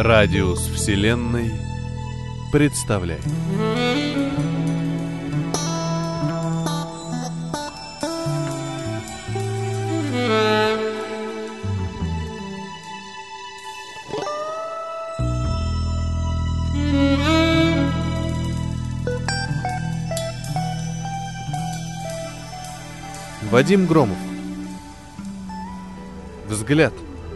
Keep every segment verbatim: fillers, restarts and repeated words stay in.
Радиус Вселенной представляет. Вадим Громов. Взгляд.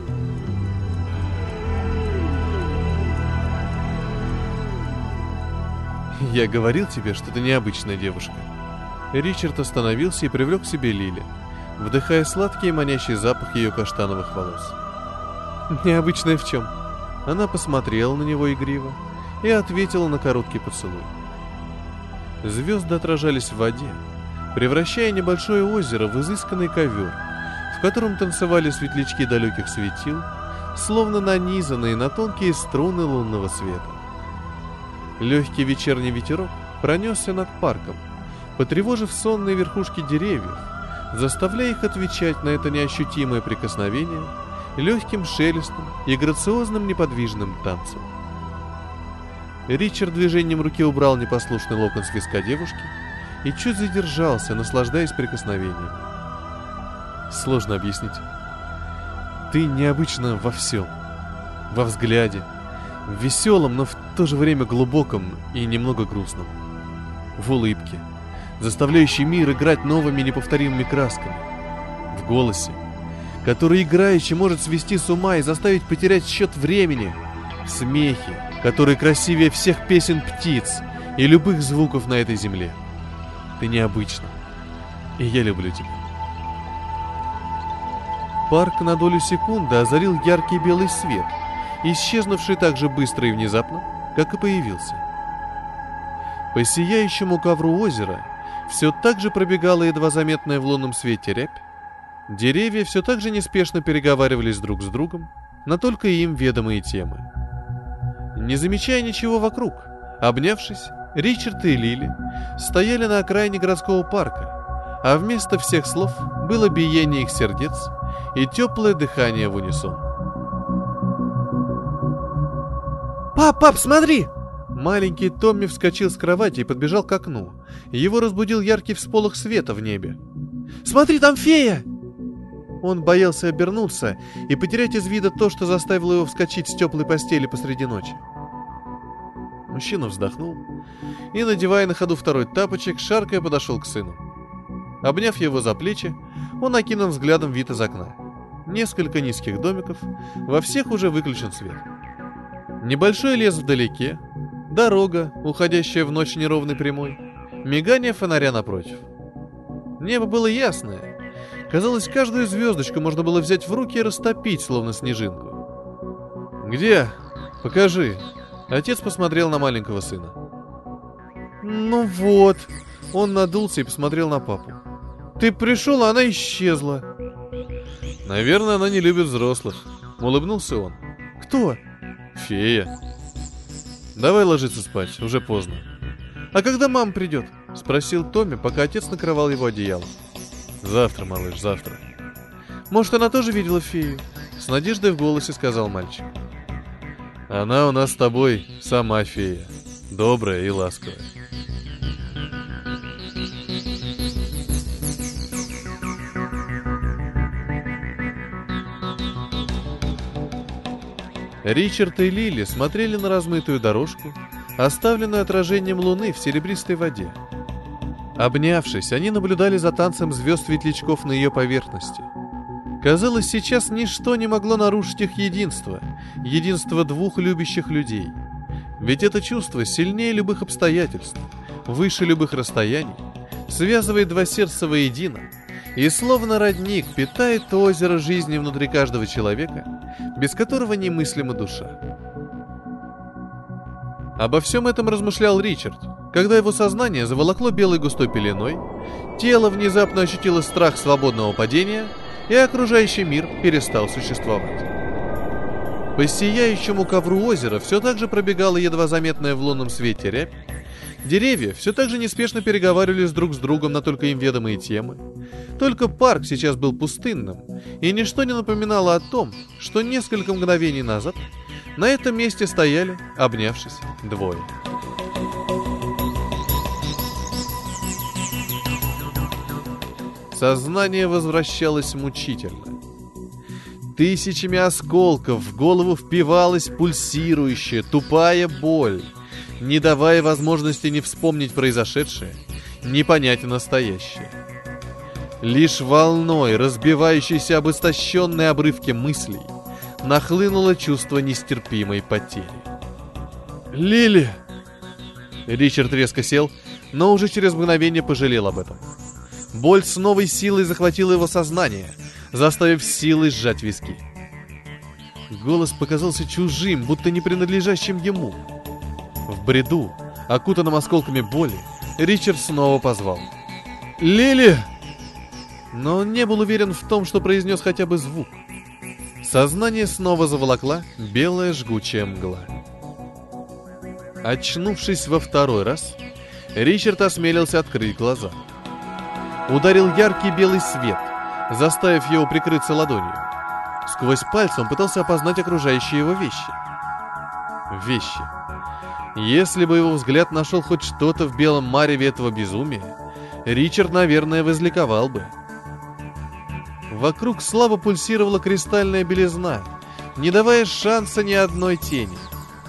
Я говорил тебе, что ты необычная девушка. Ричард остановился и привлек к себе Лили, вдыхая сладкий и манящий запах ее каштановых волос. Необычная в чем? Она посмотрела на него игриво и ответила на короткий поцелуй. Звезды отражались в воде, превращая небольшое озеро в изысканный ковер, в котором танцевали светлячки далеких светил, словно нанизанные на тонкие струны лунного света. Легкий вечерний ветерок пронесся над парком, потревожив сонные верхушки деревьев, заставляя их отвечать на это неощутимое прикосновение легким шелестом и грациозным неподвижным танцем. Ричард движением руки убрал непослушный локон с виска девушки и чуть задержался, наслаждаясь прикосновением. Сложно объяснить. Ты необычна во всем. Во взгляде, в веселом, но в то же время глубоком и немного грустном. В улыбке, заставляющей мир играть новыми неповторимыми красками. В голосе, который играючи может свести с ума и заставить потерять счет времени. В смехе, который красивее всех песен птиц и любых звуков на этой земле. Ты необычна, и я люблю тебя. Парк на долю секунды озарил яркий белый свет, исчезнувший так же быстро и внезапно, как и появился. По сияющему ковру озера все так же пробегала едва заметная в лунном свете рябь. Деревья все так же неспешно переговаривались друг с другом на только им ведомые темы. Не замечая ничего вокруг, обнявшись, Ричард и Лили стояли на окраине городского парка, а вместо всех слов было биение их сердец и теплое дыхание в унисон. «Пап, пап, смотри!» Маленький Томми вскочил с кровати и подбежал к окну. Его разбудил яркий всполох света в небе. «Смотри, там фея!» Он боялся обернуться и потерять из вида то, что заставило его вскочить с теплой постели посреди ночи. Мужчина вздохнул и, надевая на ходу второй тапочек, шаркая подошел к сыну. Обняв его за плечи, он окинул взглядом вид из окна. Несколько низких домиков, во всех уже выключен свет. Небольшой лес вдалеке, дорога, уходящая в ночь неровной прямой, мигание фонаря напротив. Небо было ясное. Казалось, каждую звездочку можно было взять в руки и растопить, словно снежинку. «Где? Покажи!» Отец посмотрел на маленького сына. «Ну вот!» Он надулся и посмотрел на папу. «Ты пришел, а она исчезла!» «Наверное, она не любит взрослых», — улыбнулся он. «Кто?» «Фея». «Давай ложиться спать, уже поздно». «А когда мама придет?» — спросил Томми, пока отец накрывал его одеялом. «Завтра, малыш, завтра». «Может, она тоже видела фею?» — с надеждой в голосе сказал мальчик. «Она у нас с тобой сама фея, добрая и ласковая». Ричард и Лили смотрели на размытую дорожку, оставленную отражением луны в серебристой воде. Обнявшись, они наблюдали за танцем звезд-светлячков на ее поверхности. Казалось, сейчас ничто не могло нарушить их единство, единство двух любящих людей. Ведь это чувство сильнее любых обстоятельств, выше любых расстояний, связывает два сердца воедино и словно родник питает то озеро жизни внутри каждого человека, без которого немыслима душа. Обо всем этом размышлял Ричард, когда его сознание заволокло белой густой пеленой, тело внезапно ощутило страх свободного падения, и окружающий мир перестал существовать. По сияющему ковру озера все так же пробегала едва заметная в лунном свете рябь. Деревья все так же неспешно переговаривались друг с другом на только им ведомые темы. Только парк сейчас был пустынным, и ничто не напоминало о том, что несколько мгновений назад На этом месте стояли, обнявшись, двое. Сознание возвращалось мучительно. Тысячами осколков в голову впивалась пульсирующая, тупая боль, не давая возможности ни вспомнить произошедшее, ни понять настоящее. Лишь волной, разбивающейся об истощенные обрывки мыслей, нахлынуло чувство нестерпимой потери. «Лили!» Ричард резко сел, но уже через мгновение пожалел об этом. Боль с новой силой захватила его сознание, заставив силой сжать виски. Голос показался чужим, будто не принадлежащим ему. В бреду, окутанном осколками боли, Ричард снова позвал: «Лили!» Но он не был уверен в том, что произнес хотя бы звук. Сознание снова заволокла белая жгучая мгла. Очнувшись во второй раз, Ричард осмелился открыть глаза. Ударил яркий белый свет, заставив его прикрыться ладонью. Сквозь пальцы он пытался опознать окружающие его вещи. Вещи. Если бы его взгляд нашел хоть что-то в белом мареве этого безумия, Ричард, наверное, возликовал бы. Вокруг слабо пульсировала кристальная белизна, не давая шанса ни одной тени.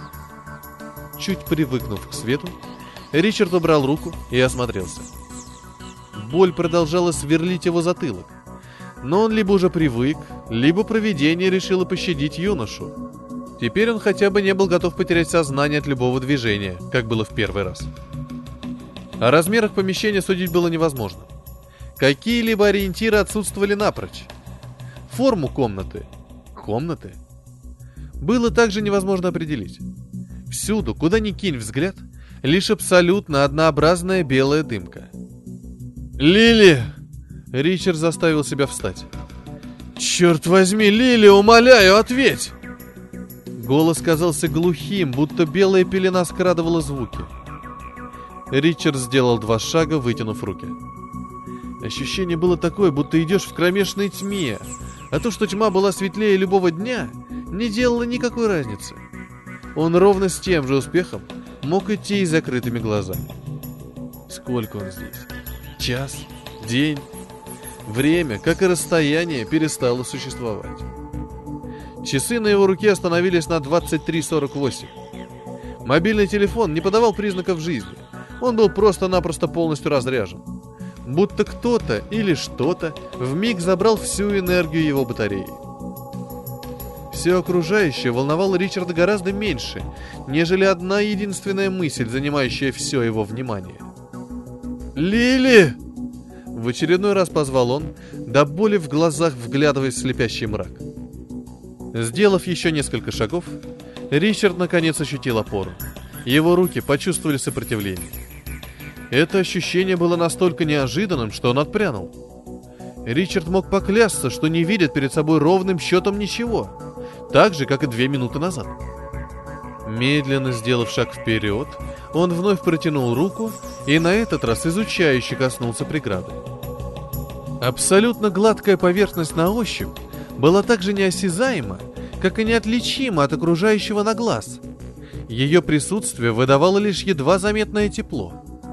Чуть привыкнув к свету, Ричард убрал руку и осмотрелся. Боль продолжала сверлить его затылок, но он либо уже привык, либо провидение решило пощадить юношу. Теперь он хотя бы не был готов потерять сознание от любого движения, как было в первый раз. О размерах помещения судить было невозможно. Какие-либо ориентиры отсутствовали напрочь. Форму комнаты. Комнаты? Было также невозможно определить. Всюду, куда ни кинь взгляд, лишь абсолютно однообразная белая дымка. «Лили!» Ричард заставил себя встать. «Черт возьми, Лили, умоляю, ответь!» Голос казался глухим, будто белая пелена скрадывала звуки. Ричард сделал два шага, вытянув руки. Ощущение было такое, будто идешь в кромешной тьме, а то, что тьма была светлее любого дня, не делало никакой разницы. Он ровно с тем же успехом мог идти и с закрытыми глазами. Сколько он здесь? Час? День? Время, как и расстояние, перестало существовать. Часы на его руке остановились на двадцать три сорок восемь. Мобильный телефон не подавал признаков жизни. Он был просто-напросто полностью разряжен. Будто кто-то или что-то вмиг забрал всю энергию его батареи. Все окружающее волновало Ричарда гораздо меньше, нежели одна единственная мысль, занимающая все его внимание. «Лили!» В очередной раз позвал он, до боли в глазах вглядываясь в слепящий мрак. Сделав еще несколько шагов, Ричард наконец ощутил опору. Его руки почувствовали сопротивление. Это ощущение было настолько неожиданным, что он отпрянул. Ричард мог поклясться, что не видит перед собой ровным счетом ничего, так же, как и две минуты назад. Медленно сделав шаг вперед, он вновь протянул руку и на этот раз изучающе коснулся преграды. Абсолютно гладкая поверхность на ощупь была так же неосязаема, как и неотличима от окружающего на глаз. Ее присутствие выдавало лишь едва заметное тепло.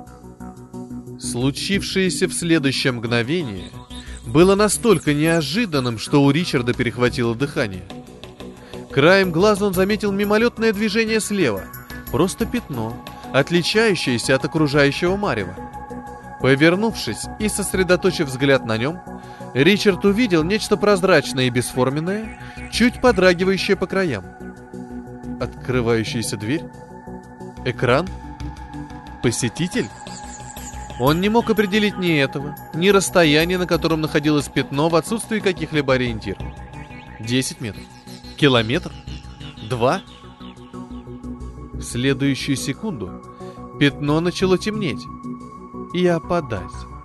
Случившееся в следующее мгновение было настолько неожиданным, что у Ричарда перехватило дыхание. Краем глаза он заметил мимолетное движение слева, просто пятно, отличающееся от окружающего марева. Повернувшись и сосредоточив взгляд на нем, Ричард увидел нечто прозрачное и бесформенное, чуть подрагивающее по краям. Открывающаяся дверь? Экран? Посетитель? Он не мог определить ни этого, ни расстояние, на котором находилось пятно в отсутствии каких-либо ориентиров. Десять метров? Километр? Два? В следующую секунду пятно начало темнеть и опадать.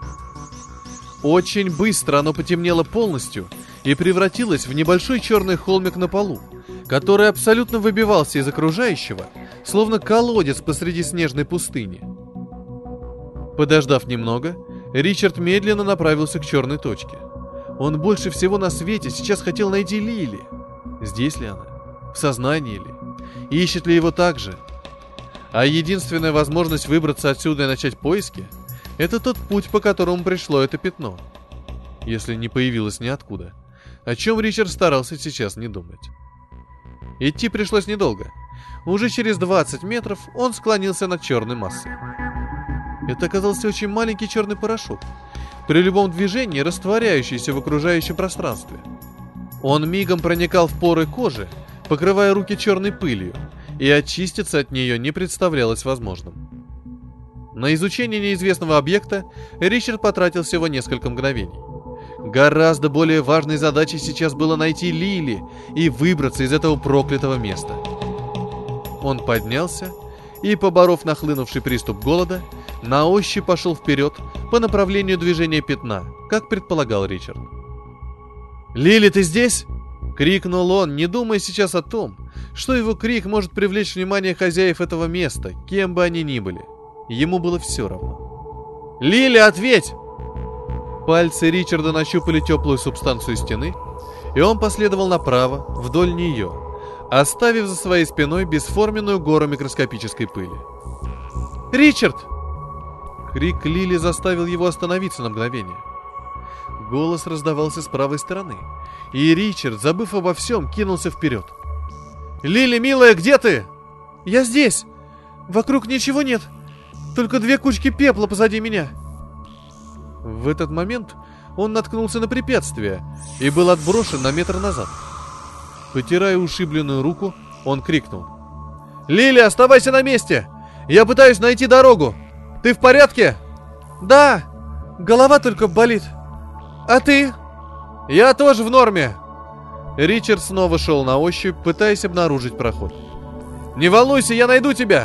Очень быстро оно потемнело полностью и превратилось в небольшой черный холмик на полу, который абсолютно выбивался из окружающего, словно колодец посреди снежной пустыни. Подождав немного, Ричард медленно направился к черной точке. Он больше всего на свете сейчас хотел найти Лили. Здесь ли она? В сознании ли? Ищет ли его так же? А единственная возможность выбраться отсюда и начать поиски — это тот путь, по которому пришло это пятно. Если не появилось ниоткуда. О чем Ричард старался сейчас не думать. Идти пришлось недолго. Уже через двадцать метров он склонился над черной массой. Это оказался очень маленький черный порошок, при любом движении растворяющийся в окружающем пространстве. Он мигом проникал в поры кожи, покрывая руки черной пылью, и очиститься от нее не представлялось возможным. На изучение неизвестного объекта Ричард потратил всего несколько мгновений. Гораздо более важной задачей сейчас было найти Лили и выбраться из этого проклятого места. Он поднялся и, поборов нахлынувший приступ голода, на ощупь пошел вперед по направлению движения пятна, как предполагал Ричард. «Лили, ты здесь?» — крикнул он, не думая сейчас о том, что его крик может привлечь внимание хозяев этого места, кем бы они ни были. Ему было все равно. «Лили, ответь!» Пальцы Ричарда нащупали теплую субстанцию стены, и он последовал направо, вдоль нее, оставив за своей спиной бесформенную гору микроскопической пыли. «Ричард!» Крик Лили заставил его остановиться на мгновение. Голос раздавался с правой стороны, и Ричард, забыв обо всем, кинулся вперед. «Лили, милая, где ты?» «Я здесь! Вокруг ничего нет, только две кучки пепла позади меня». В этот момент он наткнулся на препятствие и был отброшен на метр назад. Потирая ушибленную руку, он крикнул: «Лили, оставайся на месте! Я пытаюсь найти дорогу! Ты в порядке?» «Да, голова только болит. А ты?» «Я тоже в норме!» Ричард снова шел на ощупь, пытаясь обнаружить проход. «Не волнуйся, я найду тебя!»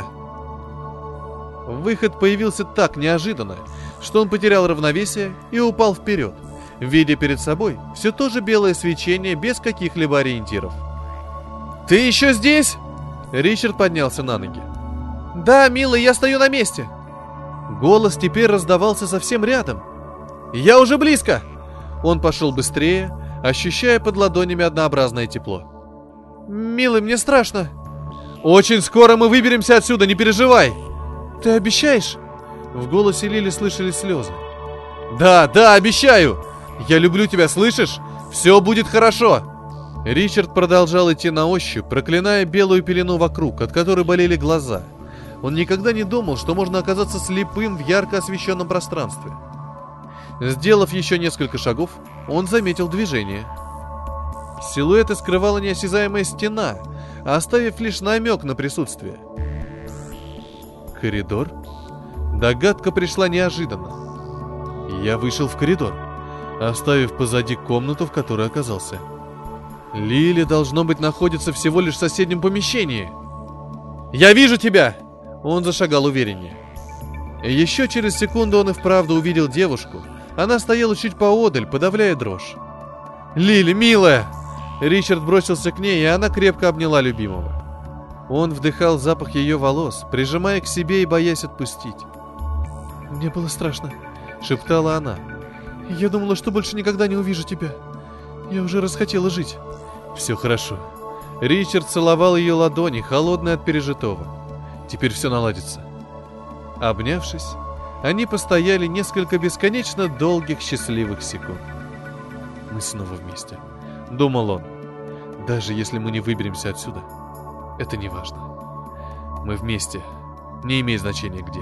Выход появился так неожиданно, что он потерял равновесие и упал вперед, видя перед собой все то же белое свечение без каких-либо ориентиров. «Ты еще здесь?» Ричард поднялся на ноги. «Да, милый, я стою на месте». Голос теперь раздавался совсем рядом. «Я уже близко!» Он пошел быстрее, ощущая под ладонями однообразное тепло. «Милый, мне страшно». «Очень скоро мы выберемся отсюда, не переживай!» «Ты обещаешь?» В голосе Лили слышались слезы. «Да, да, обещаю! Я люблю тебя, слышишь? Все будет хорошо!» Ричард продолжал идти на ощупь, проклиная белую пелену вокруг, от которой болели глаза. Он никогда не думал, что можно оказаться слепым в ярко освещенном пространстве. Сделав еще несколько шагов, он заметил движение. Силуэты скрывала неосязаемая стена, оставив лишь намек на присутствие. Коридор? Догадка пришла неожиданно. Я вышел в коридор, оставив позади комнату, в которой оказался. Лили, должно быть, находится всего лишь в соседнем помещении. «Я вижу тебя!» Он зашагал увереннее. Еще через секунду он и вправду увидел девушку. Она стояла чуть поодаль, подавляя дрожь. «Лили, милая!» Ричард бросился к ней, и она крепко обняла любимого. Он вдыхал запах ее волос, прижимая к себе и боясь отпустить. «Мне было страшно», — шептала она. «Я думала, что больше никогда не увижу тебя. Я уже расхотела жить». «Все хорошо». Ричард целовал ее ладони, холодные от пережитого. «Теперь все наладится». Обнявшись, они постояли несколько бесконечно долгих счастливых секунд. «Мы снова вместе», — думал он. «Даже если мы не выберемся отсюда, это не важно. Мы вместе, не имеет значения где».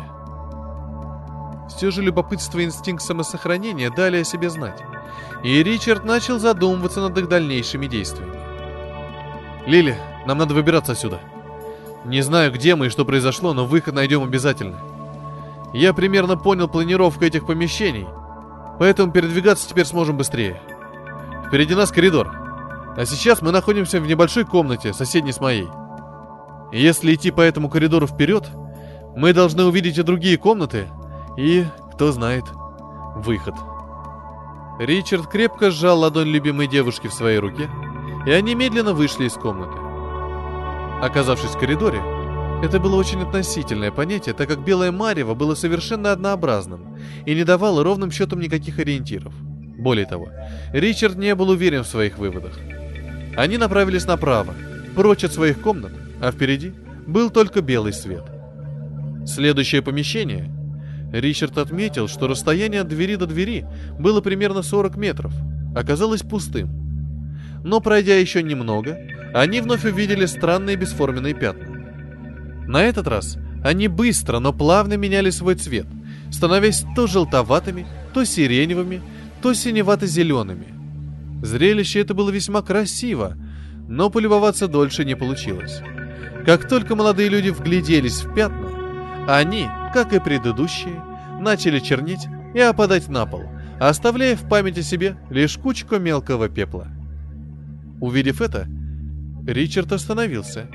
Все же любопытство и инстинкт самосохранения дали о себе знать, и Ричард начал задумываться над их дальнейшими действиями. «Лили, нам надо выбираться отсюда. Не знаю, где мы и что произошло, но выход найдем обязательно. Я примерно понял планировку этих помещений, поэтому передвигаться теперь сможем быстрее. Впереди нас коридор, а сейчас мы находимся в небольшой комнате, соседней с моей. И если идти по этому коридору вперед, мы должны увидеть и другие комнаты, и, кто знает, выход». Ричард крепко сжал ладонь любимой девушки в своей руке, и они медленно вышли из комнаты. Оказавшись в коридоре, это было очень относительное понятие, так как белое марево было совершенно однообразным и не давало ровным счетом никаких ориентиров. Более того, Ричард не был уверен в своих выводах. Они направились направо, прочь от своих комнат, а впереди был только белый свет. Следующее помещение. Ричард отметил, что расстояние от двери до двери было примерно сорок метров, оказалось пустым. Но пройдя еще немного, они вновь увидели странные бесформенные пятна. На этот раз они быстро, но плавно меняли свой цвет, становясь то желтоватыми, то сиреневыми, то синевато-зелеными. Зрелище это было весьма красиво, но полюбоваться дольше не получилось. Как только молодые люди вгляделись в пятна, они, как и предыдущие, начали чернеть и опадать на пол, оставляя в памяти себе лишь кучку мелкого пепла. Увидев это, Ричард остановился.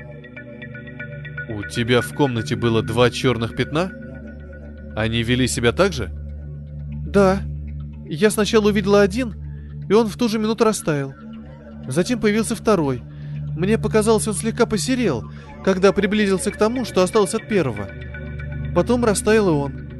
«У тебя в комнате было два черных пятна? Они вели себя так же?» «Да. Я сначала увидела один, и он в ту же минуту растаял. Затем появился второй. Мне показалось, он слегка посерел, когда приблизился к тому, что осталось от первого. Потом растаял и он».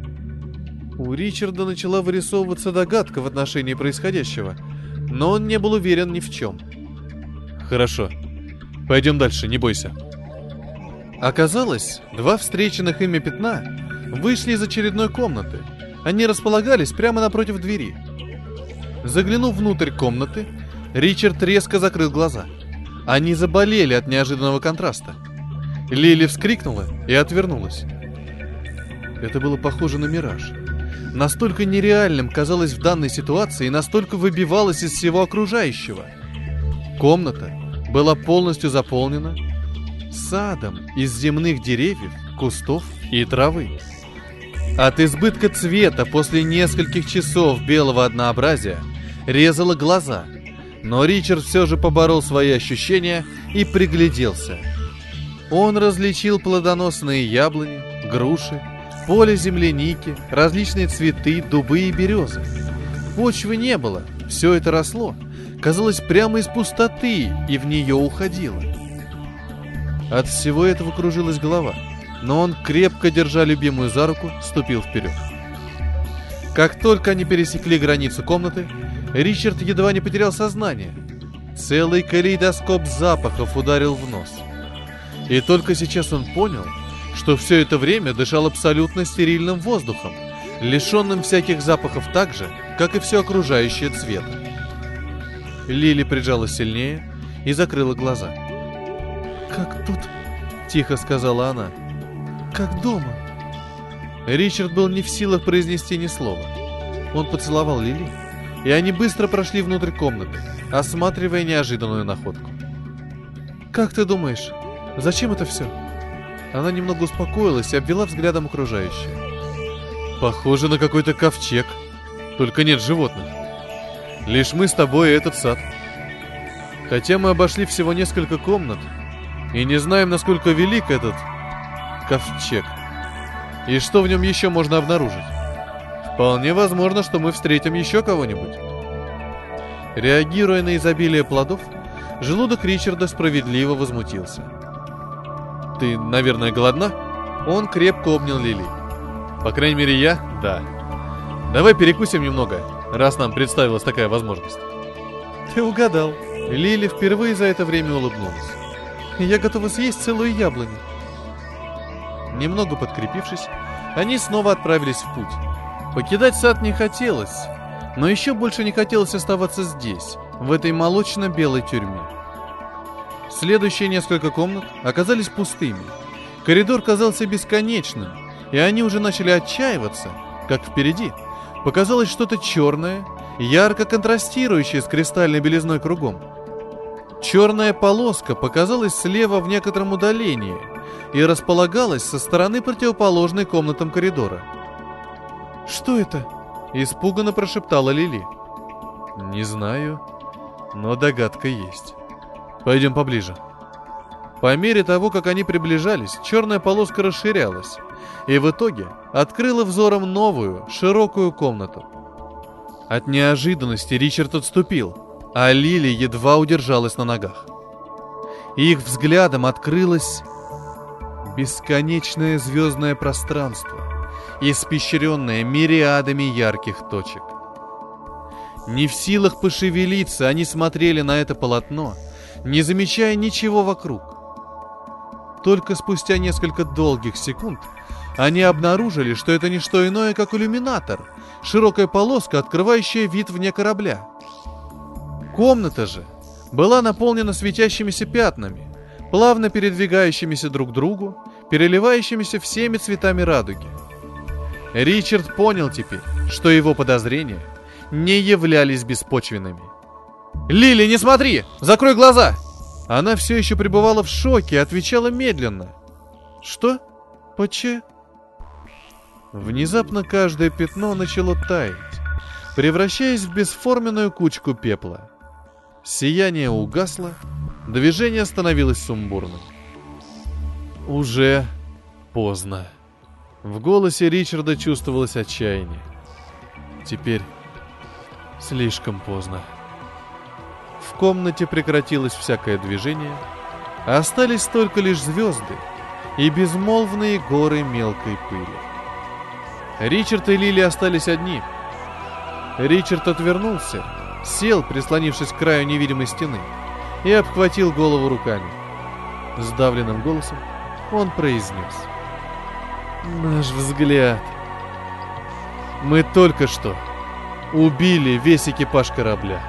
У Ричарда начала вырисовываться догадка в отношении происходящего, но он не был уверен ни в чем. «Хорошо. Пойдем дальше, не бойся». Оказалось, два встреченных ими пятна вышли из очередной комнаты. Они располагались прямо напротив двери. Заглянув внутрь комнаты, Ричард резко закрыл глаза. Они заболели от неожиданного контраста. Лили вскрикнула и отвернулась. Это было похоже на мираж. Настолько нереальным казалось в данной ситуации и настолько выбивалось из всего окружающего. Комната была полностью заполнена садом из земных деревьев, кустов и травы. От избытка цвета после нескольких часов белого однообразия резало глаза, но Ричард все же поборол свои ощущения и пригляделся. Он различил плодоносные яблони, груши, поле земляники, различные цветы, дубы и березы. Почвы не было, все это росло, казалось, прямо из пустоты, и в нее уходило. От всего этого кружилась голова, но он, крепко держа любимую за руку, ступил вперед. Как только они пересекли границу комнаты, Ричард едва не потерял сознание. Целый калейдоскоп запахов ударил в нос. И только сейчас он понял, что все это время дышал абсолютно стерильным воздухом, лишенным всяких запахов так же, как и все окружающее цвета. Лили прижалась сильнее и закрыла глаза. «Как тут?» — тихо сказала она. «Как дома». Ричард был не в силах произнести ни слова. Он поцеловал Лили, и они быстро прошли внутрь комнаты, осматривая неожиданную находку. «Как ты думаешь, зачем это все?» Она немного успокоилась и обвела взглядом окружающее. «Похоже на какой-то ковчег, только нет животных. Лишь мы с тобой и этот сад. Хотя мы обошли всего несколько комнат и не знаем, насколько велик этот ковчег и что в нем еще можно обнаружить. Вполне возможно, что мы встретим еще кого-нибудь». Реагируя на изобилие плодов, желудок Ричарда справедливо возмутился. «Ты, наверное, голодна?» Он крепко обнял Лили. «По крайней мере, я — да. Давай перекусим немного, раз нам представилась такая возможность». «Ты угадал». Лили впервые за это время улыбнулась. «Я готова съесть целую яблоню». Немного подкрепившись, они снова отправились в путь. Покидать сад не хотелось, но еще больше не хотелось оставаться здесь, в этой молочно-белой тюрьме. Следующие несколько комнат оказались пустыми. Коридор казался бесконечным, и они уже начали отчаиваться, как впереди показалось что-то черное, ярко контрастирующее с кристальной белизной кругом. Черная полоска показалась слева в некотором удалении и располагалась со стороны противоположной комнатам коридора. «Что это?» — испуганно прошептала Лили. «Не знаю, но догадка есть. Пойдем поближе». По мере того, как они приближались, черная полоска расширялась и в итоге открыла взором новую, широкую комнату. От неожиданности Ричард отступил, а Лили едва удержалась на ногах. Их взглядом открылось бесконечное звездное пространство, испещренное мириадами ярких точек. Не в силах пошевелиться, они смотрели на это полотно, не замечая ничего вокруг. Только спустя несколько долгих секунд они обнаружили, что это не что иное, как иллюминатор, широкая полоска, открывающая вид вне корабля. Комната же была наполнена светящимися пятнами, плавно передвигающимися друг к другу, переливающимися всеми цветами радуги. Ричард понял теперь, что его подозрения не являлись беспочвенными. «Лили, не смотри! Закрой глаза!» Она все еще пребывала в шоке и отвечала медленно. «Что? Поче?» Внезапно каждое пятно начало таять, превращаясь в бесформенную кучку пепла. Сияние угасло, движение становилось сумбурным. Уже поздно. В голосе Ричарда чувствовалось отчаяние. Теперь слишком поздно. В комнате прекратилось всякое движение, а остались только лишь звезды и безмолвные горы мелкой пыли. Ричард и Лили остались одни. Ричард отвернулся, сел, прислонившись к краю невидимой стены, и обхватил голову руками. Сдавленным голосом он произнес: «Наш взгляд. Мы только что убили весь экипаж корабля».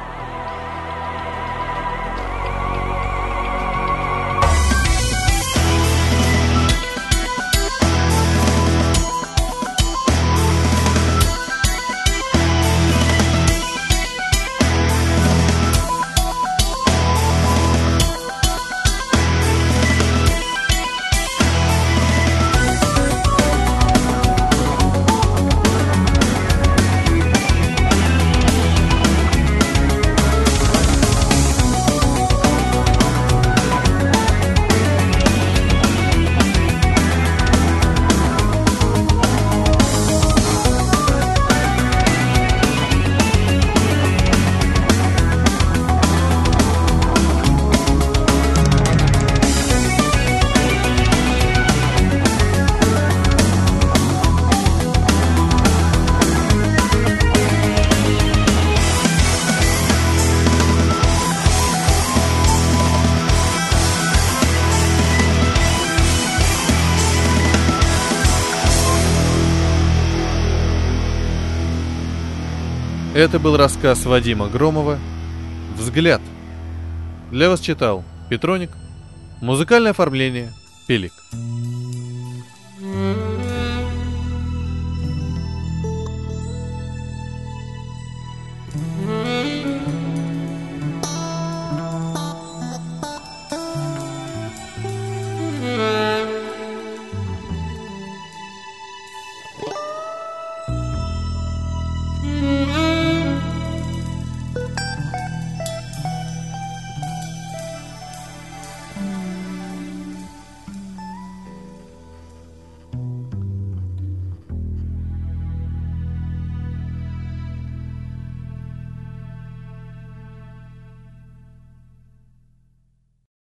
Это был рассказ Вадима Громова «Взгляд». Для вас читал Петроник. Музыкальное оформление Пелик.